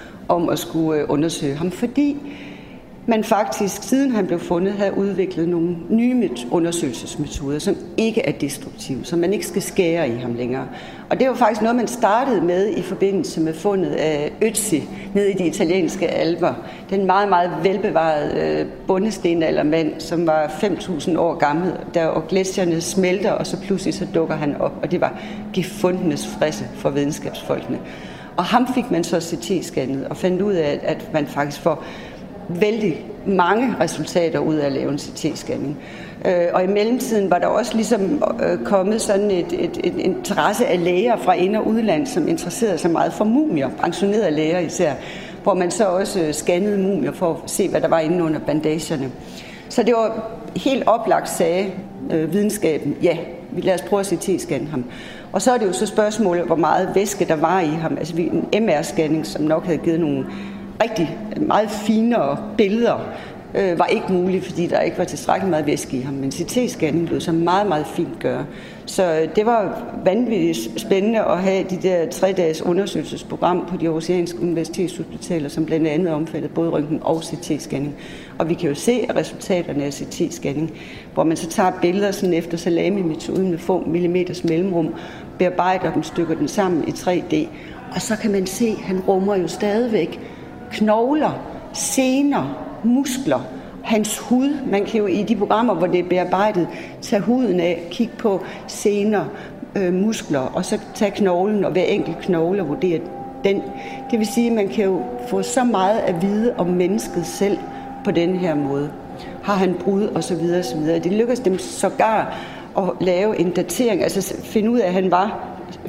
om at skulle undersøge ham, fordi man faktisk, siden han blev fundet, havde udviklet nogle nye undersøgelsesmetoder, som ikke er destruktive, så man ikke skal skære i ham længere. Og det var faktisk noget, man startede med i forbindelse med fundet af Ötzi nede i de italienske alper. Den meget, meget velbevarede bondestenaldermand, som var 5.000 år gammel, og gletsjerne smelter, og så pludselig så dukker han op, og det var gefundenes frisse for videnskabsfolkene. Og ham fik man så CT-scannet og fandt ud af, at man faktisk får vældig mange resultater ud af at lave en CT-scanning. Og i mellemtiden var der også ligesom kommet sådan en interesse af læger fra ind- og udland, som interesserede sig meget for mumier, pensionerede læger især, hvor man så også scannede mumier for at se, hvad der var inde under bandagerne. Så det var helt oplagt, sagde videnskaben, ja, lad os prøve at CT-scanne ham. Og så er det jo så spørgsmålet, hvor meget væske der var i ham. Altså en MR-scanning, som nok havde givet nogle rigtig meget finere billeder, var ikke muligt, fordi der ikke var tilstrækkeligt meget væske i ham. Men CT-scanning lød så meget, meget fint gøre. Så det var vanvittigt spændende at have de der 3-dages undersøgelsesprogram på de aarhusianske universitetshospitaler, som blandt andet omfattede både røntgen og CT-scanning. Og vi kan jo se resultaterne af CT-scanning, hvor man så tager billeder sådan efter salami-metoden med få millimeters mellemrum, bearbejder dem, stykker dem sammen i 3D, og så kan man se, at han rummer jo stadigvæk knogler, sener, muskler, hans hud. Man kan jo i de programmer, hvor det er bearbejdet, tage huden af, kigge på sener, muskler, og så tage knoglen og hver enkelt knogle og vurdere den. Det vil sige, at man kan jo få så meget at vide om mennesket selv på den her måde. Har han brud og så videre og så videre. Det lykkedes dem sågar at lave en datering, altså finde ud af, at han var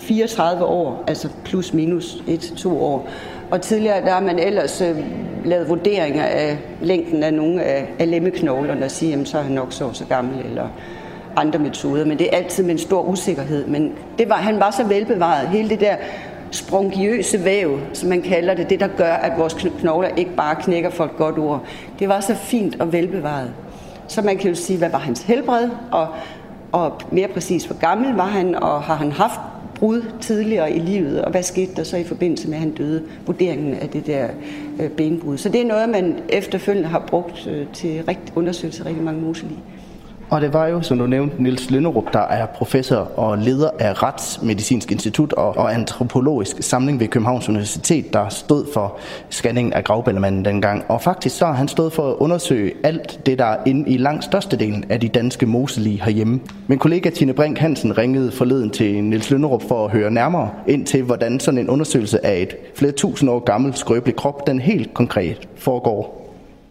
34 år, altså plus minus 1-2 år. Og tidligere der har man ellers lavet vurderinger af længden af nogle af lemmeknoglerne og sige, jamen så er han nok så gammel, eller andre metoder. Men det er altid med en stor usikkerhed. Men han var så velbevaret. Hele det der spongiøse væv, som man kalder det der gør, at vores knogler ikke bare knækker for et godt ord. Det var så fint og velbevaret. Så man kan jo sige, hvad var hans helbred, og mere præcis, hvor gammel var han, og har han haft brud tidligere i livet, og hvad skete der så i forbindelse med, at han døde, vurderingen af det der benbrud. Så det er noget, man efterfølgende har brugt til undersøgelse af rigtig mange moselig. Og det var jo, som du nævnte, Niels Lynnerup, der er professor og leder af Retsmedicinsk Institut og antropologisk samling ved Københavns Universitet, der stod for scanningen af gravballemanden dengang. Og faktisk så har han stået for at undersøge alt det, der er inde i langt størstedelen af de danske moselig herhjemme. Min kollega Tine Brink Hansen ringede forleden til Niels Lynnerup for at høre nærmere ind til, hvordan sådan en undersøgelse af et flere tusind år gammel skrøbelig krop, den helt konkret foregår.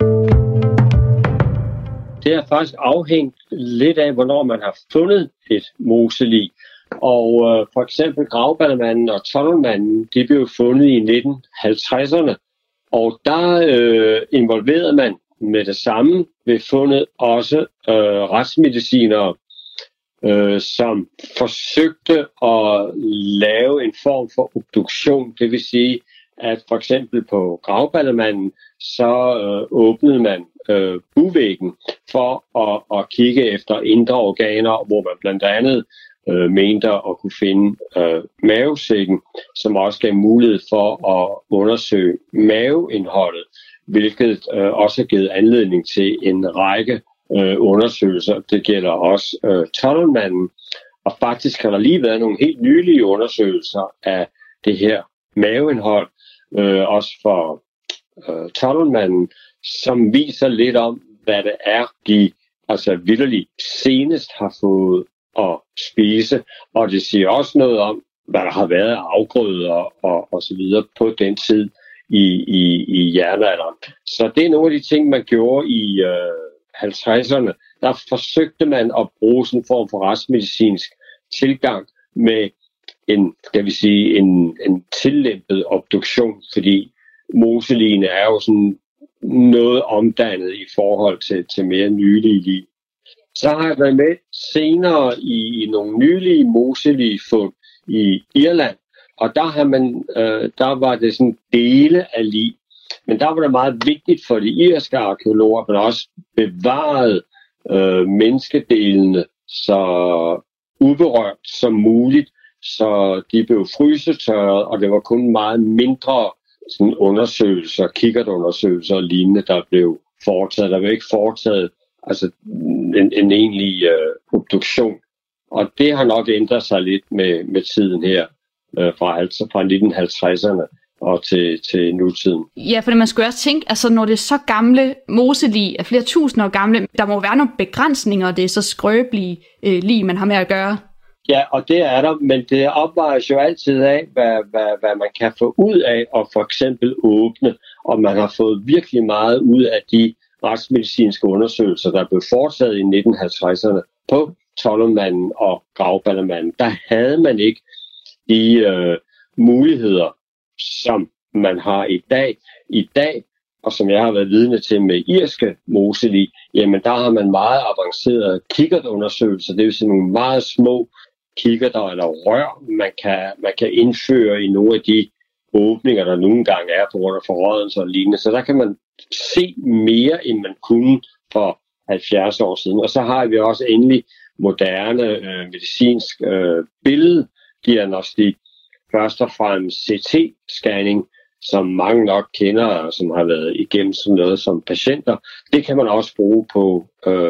Det er faktisk afhængt lidt af, hvornår man har fundet et moselig. Og for eksempel gravballemanden og tunnelmanden, de blev fundet i 1950'erne. Og der involverede man med det samme ved fundet også retsmedicinere, som forsøgte at lave en form for obduktion. Det vil sige, at for eksempel på gravballemanden, så åbnede man buvæggen for at kigge efter indre organer, hvor man blandt andet mente at kunne finde mavesækken, som også gav mulighed for at undersøge maveindholdet, hvilket også har givet anledning til en række undersøgelser. Det gælder også tunnelmanden, og faktisk har der lige været nogle helt nylige undersøgelser af det her maveindhold, også for tunnelmanden, som viser lidt om, hvad det er, de altså vitterligt senest har fået at spise, og det siger også noget om, hvad der har været af afgrøder og så videre på den tid i jernalderen. Så det er nogle af de ting, man gjorde i 50'erne. Der forsøgte man at bruge sådan en form for retsmedicinsk tilgang med en tillempet obduktion, fordi moseligene er jo sådan noget omdannet i forhold til mere nylige liv. Så har jeg været med senere i nogle nylige moselige fund i Irland, og der var det sådan dele af lig. Men der var det meget vigtigt for de irske arkæologer, at man også bevarede menneskedelene så uberørt som muligt, så de blev frysetørret, og det var kun meget mindre sådan undersøgelser, kikkertundersøgelser og lignende, der blev foretaget. Der blev ikke foretaget altså en egentlig obduktion. Og det har nok ændret sig lidt med tiden her, fra 1950'erne og til nutiden. Ja, for man skulle også tænke, altså når det er så gamle moselig, er flere tusind år gamle, der må være nogle begrænsninger, det er så skrøbelige lig, man har med at gøre. Ja, og det er der, men det opvejes jo altid af, hvad man kan få ud af at for eksempel åbne, og man har fået virkelig meget ud af de retsmedicinske undersøgelser, der blev foretaget i 1950'erne på tunnelmanden og gravballemanden. Der havde man ikke de muligheder, som man har i dag. I dag, og som jeg har været vidne til med irske moselig, jamen der har man meget avancerede kikkertundersøgelser, det vil sige nogle meget små kikkerter eller rør, man kan indføre i nogle af de åbninger, der nogle gange er på grund af forrådelse og lignende. Så der kan man se mere, end man kunne for 70 år siden. Og så har vi også endelig moderne medicinsk billeddiagnostik, først og fremmest CT-scanning, som mange nok kender, som har været igennem sådan noget som patienter. Det kan man også bruge på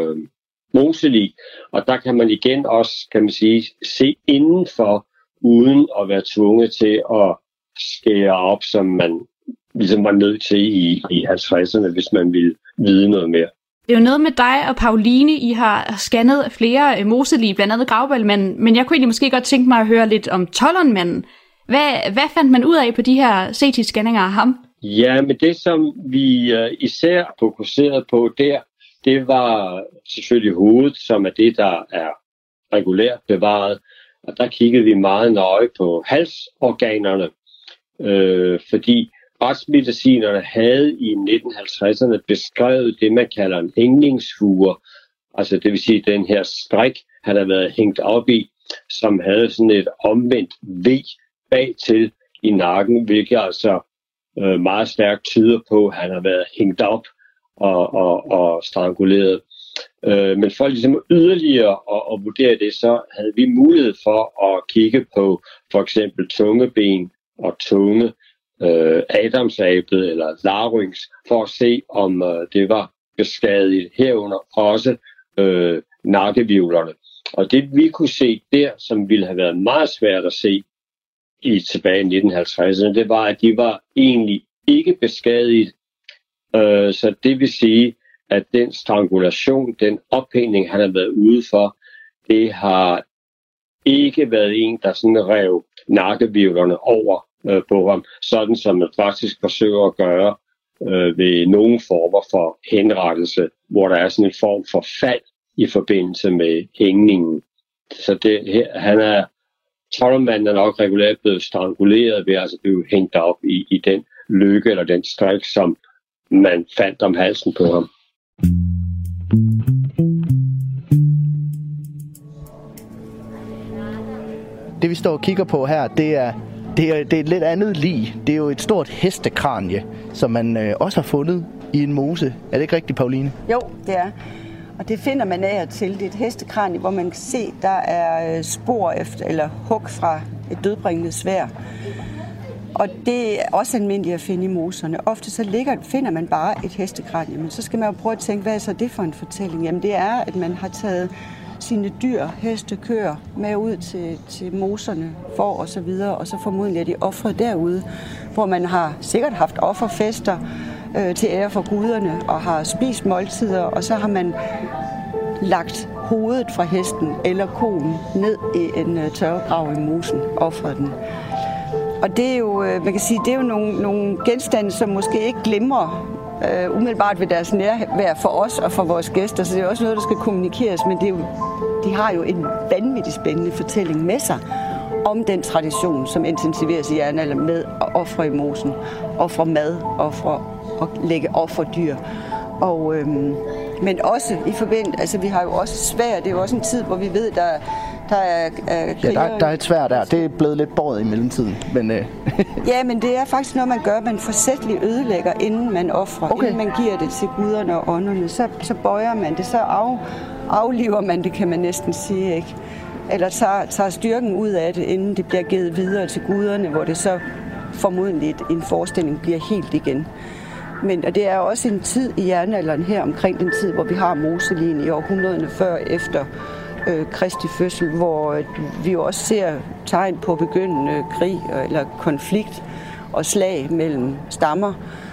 moselig, og der kan man igen også, kan man sige, se indenfor, uden at være tvunget til at skære op, som man ligesom var nødt til i 50'erne, hvis man ville vide noget mere. Det er jo noget med dig og Pauline, I har scannet flere moselig, blandt andet gravballemanden, men jeg kunne egentlig måske godt tænke mig at høre lidt om tollernmanden. Hvad fandt man ud af på de her CT-scanninger af ham? Ja, men det som vi især fokuserede på der, det var selvfølgelig hovedet, som er det, der er regulært bevaret. Og der kiggede vi meget nøje på halsorganerne, fordi retsmedicinerne havde i 1950'erne beskrevet det, man kalder en hænglingsfure. Altså det vil sige, den her strik, han havde været hængt op i, som havde sådan et omvendt V bag til i nakken, hvilket altså meget stærkt tyder på, at han har været hængt op og stranguleret. Men for ligesom yderligere at vurdere det, så havde vi mulighed for at kigge på for eksempel tungeben og tunge, adamsablet eller larynx, for at se, om det var beskadiget, herunder også nakkevivlerne. Og det vi kunne se der, som ville have været meget svært at se tilbage i 1950'erne, det var, at de var egentlig ikke beskadiget. Så det vil sige, at den strangulation, den ophængning, han har været ude for, det har ikke været en, der sådan rev nakkevivlerne over på ham, sådan som man faktisk forsøger at gøre ved nogle former for henrettelse, hvor der er sådan en form for fald i forbindelse med hængningen. Så troldmanden er nok regulært blevet stranguleret ved at blive hængt op i den lykke eller den strik, som man fandt om halsen på ham. Det vi står og kigger på her, det er et lidt andet lig. Det er jo et stort hestekranie, som man også har fundet i en mose. Er det ikke rigtigt, Pauline? Jo, det er. Og det finder man af og til. Det er et hestekranie, hvor man kan se, der er spor efter, eller hug fra et dødbringende sværd. Og det er også almindeligt at finde i moserne. Ofte så finder man bare et hestekranie, men så skal man jo prøve at tænke, hvad er så det for en fortælling? Jamen det er, at man har taget sine dyr, heste, køer med ud til moserne, får og så videre, og så formodentlig er de offret derude, hvor man har sikkert haft offerfester til ære for guderne, og har spist måltider, og så har man lagt hovedet fra hesten eller koen ned i en tørvegrav i mosen, offret den. Og det er jo, man kan sige, det er jo nogle genstande, som måske ikke glimrer umiddelbart ved deres nærvær for os og for vores gæster, så det er også noget, der skal kommunikeres, men det er jo, de har jo en vanvittig spændende fortælling med sig om den tradition, som intensiveres i jernalderen med at ofre i mosen, ofre mad, og lægge offerdyr. Og, men også i forbindelse, altså vi har jo også sværd, det er jo også en tid, hvor vi ved, der er kriger. Ja, der er et sværd der. Det er blevet lidt båret i mellemtiden. Men, Ja, men det er faktisk noget, man gør. Man forsætligt ødelægger, inden man offrer. Okay. Inden man giver det til guderne og ånderne. Så bøjer man det, så afliver man det, kan man næsten sige, ikke? Eller tager styrken ud af det, inden det bliver givet videre til guderne, hvor det så formodentlig en forestilling bliver helt igen. Og det er også en tid i jernalderen her, omkring den tid, hvor vi har moseligene i århundrederne før efter Kristi fødsel, hvor vi jo også ser tegn på begyndende krig eller konflikt og slag mellem stammer.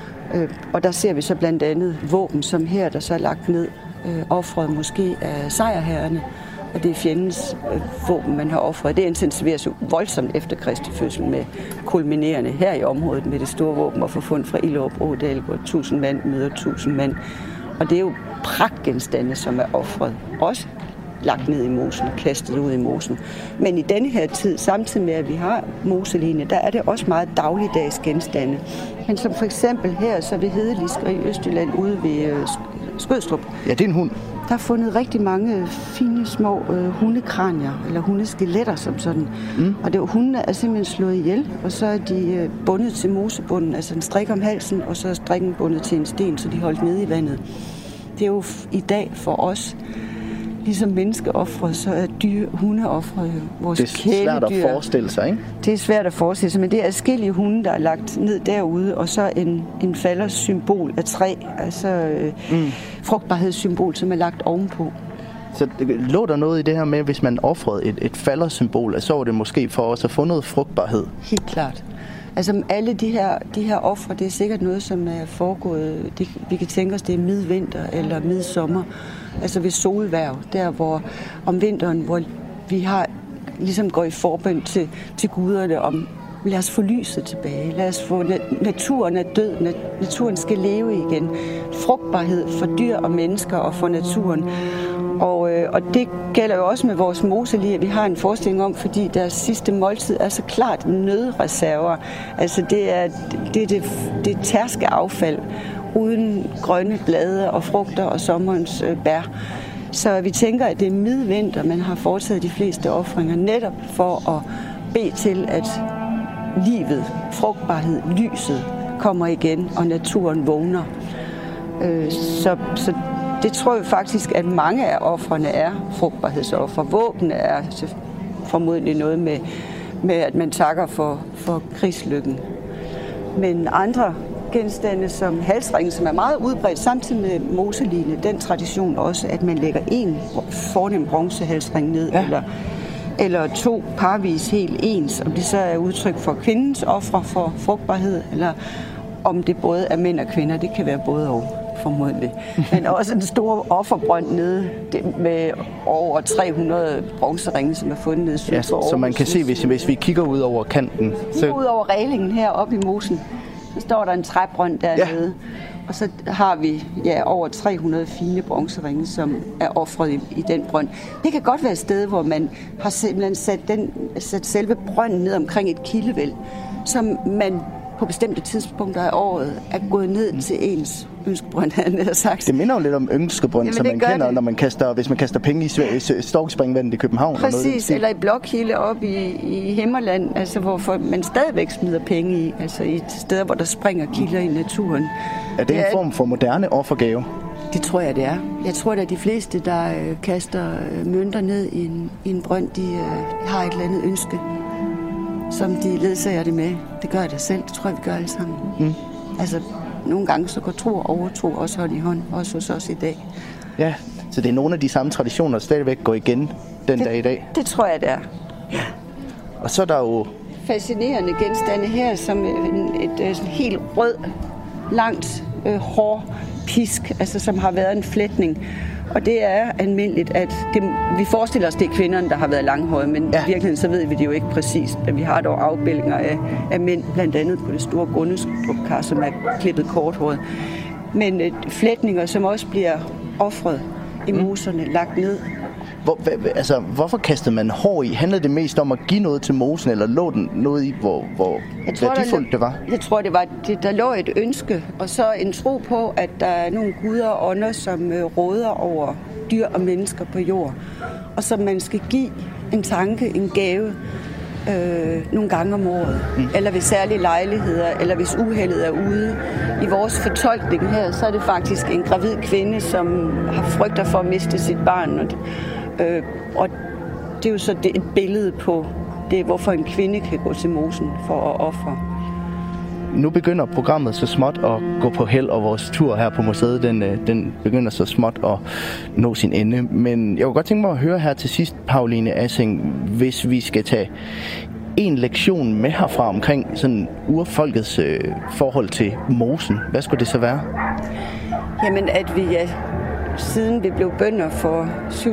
Og der ser vi så blandt andet våben, som her, der så er lagt ned, offret måske af sejrherrerne, og det er fjendens våben, man har offret. Det intensiveres jo voldsomt efter Kristi fødsel med kulminerende her i området med det store våben og forfund fra Ilderup Ådal, hvor 1000 mand møder 1000 mand. Og det er jo pragtgenstande, som er offret, også lagt ned i mosen og kastet ud i mosen. Men i denne her tid, samtidig med at vi har moseligene, der er det også meget dagligdags genstande. Men som for eksempel her, så ved Hedelisker i Østjylland ude ved Skødstrup. Ja, det er en hund. Der er fundet rigtig mange fine små hundekranier, eller hundeskeletter som sådan. Og hundene er simpelthen slået ihjel, og så er de bundet til mosebunden, altså en strik om halsen, og så er strikken bundet til en sten, så de holdt nede i vandet. Det er jo i dag for os, ligesom menneskeofre, så er hundeofre vores kæledyr. Det er svært at forestille sig, ikke? Det er svært at forestille sig, men det er adskillige hunde, der er lagt ned derude, og så en faldersymbol af træ, altså frugtbarhedssymbol, som er lagt ovenpå. Så lå der noget i det her med, hvis man offrede et faldersymbol, så var det måske for os at få noget frugtbarhed? Helt klart. Altså alle de her ofre, det er sikkert noget, som er foregået, vi kan tænke os, det er midvinter eller midsommer, altså ved solhverv, der hvor om vinteren, hvor vi ligesom går i forbøn til guderne om, lad os få lyset tilbage, lad os få, naturen er død, naturen skal leve igen, frugtbarhed for dyr og mennesker og for naturen. Og det gælder jo også med vores moselige, at vi har en forestilling om, fordi deres sidste måltid er så klart nødreserver. Altså det er tærske affald, uden grønne blade og frugter og sommerens bær. Så vi tænker, at det er midvinter, man har foretaget de fleste ofringer, netop for at bede til, at livet, frugtbarhed, lyset kommer igen, og naturen vågner. Så det tror jeg faktisk, at mange af ofrene er frugtbarhedsoffer. Våben er formodentlig noget med at man takker for krigslykken. Men andre genstande som halsringen, som er meget udbredt, samtidig med moseligene, den tradition også, at man lægger en fornem bronzehalsring ned, eller 2 parvis helt ens, om det så er udtryk for kvindens ofre for frugtbarhed, eller om det både er mænd og kvinder, det kan være både og, formodentlig. Men også en stor offerbrønd nede med over 300 bronzeringe, som er fundet nede syd for Aarhus. Så man kan se, hvis vi kigger ud over kanten. Så ud over reglingen her oppe i mosen, så står der en træbrønd dernede. Ja. Og så har vi over 300 fine bronzeringe, som er ofret i den brønd. Det kan godt være et sted, hvor man har simpelthen sat selve brønden ned omkring et kildevæld, som man på bestemte tidspunkter af året er gået ned til ens ønskebrønd, havde jeg sagt. Det minder jo lidt om ønskebrønd, som man kender, når hvis man kaster penge i Storkespringvandet i København. Præcis, eller i Blokhilde oppe i Himmerland, altså hvor man stadigvæk smider penge i, altså i steder, hvor der springer kilder i naturen. Er det en form for moderne offergave? Det tror jeg, det er. Jeg tror, at de fleste, der kaster mønter ned i en brønd, de har et eller andet ønske, som de ledsager det med. Det gør jeg da selv. Det tror jeg, vi gør alle sammen. Altså, nogle gange så går tro og overtro også hånd i hånd, også hos os i dag. Ja, så det er nogle af de samme traditioner, der stadigvæk går igen den dag i dag? Det tror jeg, det er. Ja. Og så er der jo fascinerende genstande her, som et helt rød, langt hår pisk, altså som har været en flætning. Og det er almindeligt, at vi forestiller os, det er kvinderne, der har været langhårede, men i virkeligheden så ved vi det jo ikke præcist. Men vi har dog afbildninger af mænd, blandt andet på det store Gunnestrup-kar, som er klippet korthåret. Men flætninger, som også bliver ofret i moserne, lagt ned. Hvorfor kastede man hår i? Handlede det mest om at give noget til mosen, eller lå den noget i, hvor værdifuldt det var? Jeg tror, det var, der lå et ønske, og så en tro på, at der er nogle guder og ånder, som råder over dyr og mennesker på jord, og som man skal give en tanke, en gave, nogle gange om året, eller ved særlige lejligheder, eller hvis uheldet er ude. I vores fortolkning her, så er det faktisk en gravid kvinde, som har frygter for at miste sit barn, og det er jo så et billede på det, hvorfor en kvinde kan gå til mosen for at ofre. Nu begynder programmet så småt at gå på held, og vores tur her på museet, den begynder så småt at nå sin ende. Men jeg kunne godt tænke mig at høre her til sidst, Pauline Assing, hvis vi skal tage en lektion med herfra omkring sådan urfolkets forhold til mosen. Hvad skulle det så være? Jamen, at vi siden vi blev bønder for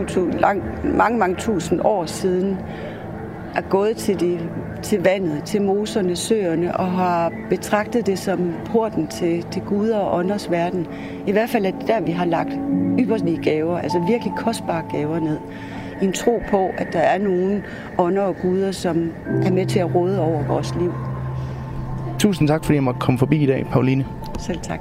mange tusind år siden, er gået til vandet, til moserne, søerne, og har betragtet det som porten til guder og ånders verden. I hvert fald er det der, vi har lagt ypperlige gaver, altså virkelig kostbare gaver ned. I en tro på, at der er nogle ånder og guder, som er med til at råde over vores liv. Tusind tak, fordi jeg måtte komme forbi i dag, Pauline. Selv tak.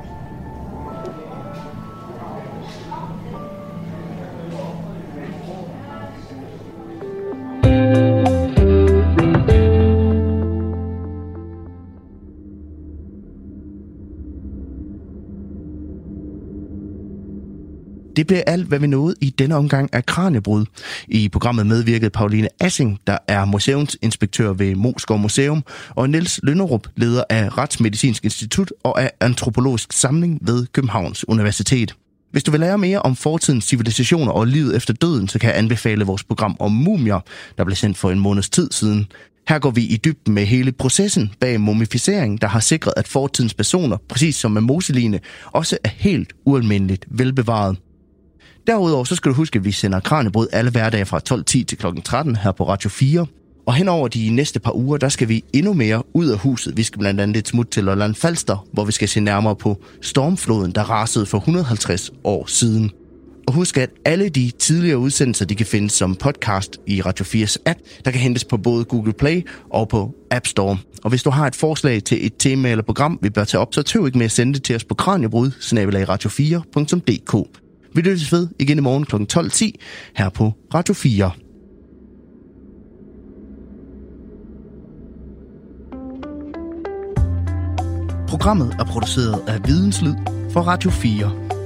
Det blev alt, hvad vi nåede i denne omgang af Kraniebrud. I programmet medvirkede Pauline Assing, der er museumsinspektør ved Moesgaard Museum, og Niels Lynderup, leder af Retsmedicinsk Institut og af Antropologisk Samling ved Københavns Universitet. Hvis du vil lære mere om fortidens civilisationer og livet efter døden, så kan jeg anbefale vores program om mumier, der blev sendt for en måneds tid siden. Her går vi i dybden med hele processen bag mumificering, der har sikret, at fortidens personer, præcis som med moseligene, også er helt ualmindeligt velbevaret. Derudover så skal du huske, at vi sender Kraniebrud alle hverdage fra 12:10 til kl. 13 her på Radio 4. Og henover de næste par uger, der skal vi endnu mere ud af huset. Vi skal blandt andet et smut til Lolland Falster, hvor vi skal se nærmere på stormfloden, der rasede for 150 år siden. Og husk, at alle de tidligere udsendelser, de kan findes som podcast i Radio 4's app, der kan hentes på både Google Play og på App Store. Og hvis du har et forslag til et tema eller program, vi bør tage op, så tøv ikke med at sende det til os på kraniebrud@radio4.dk. Vi lyttes ved igen i morgen kl. 12:10 her på Radio 4. Programmet er produceret af Videnslyd for Radio 4.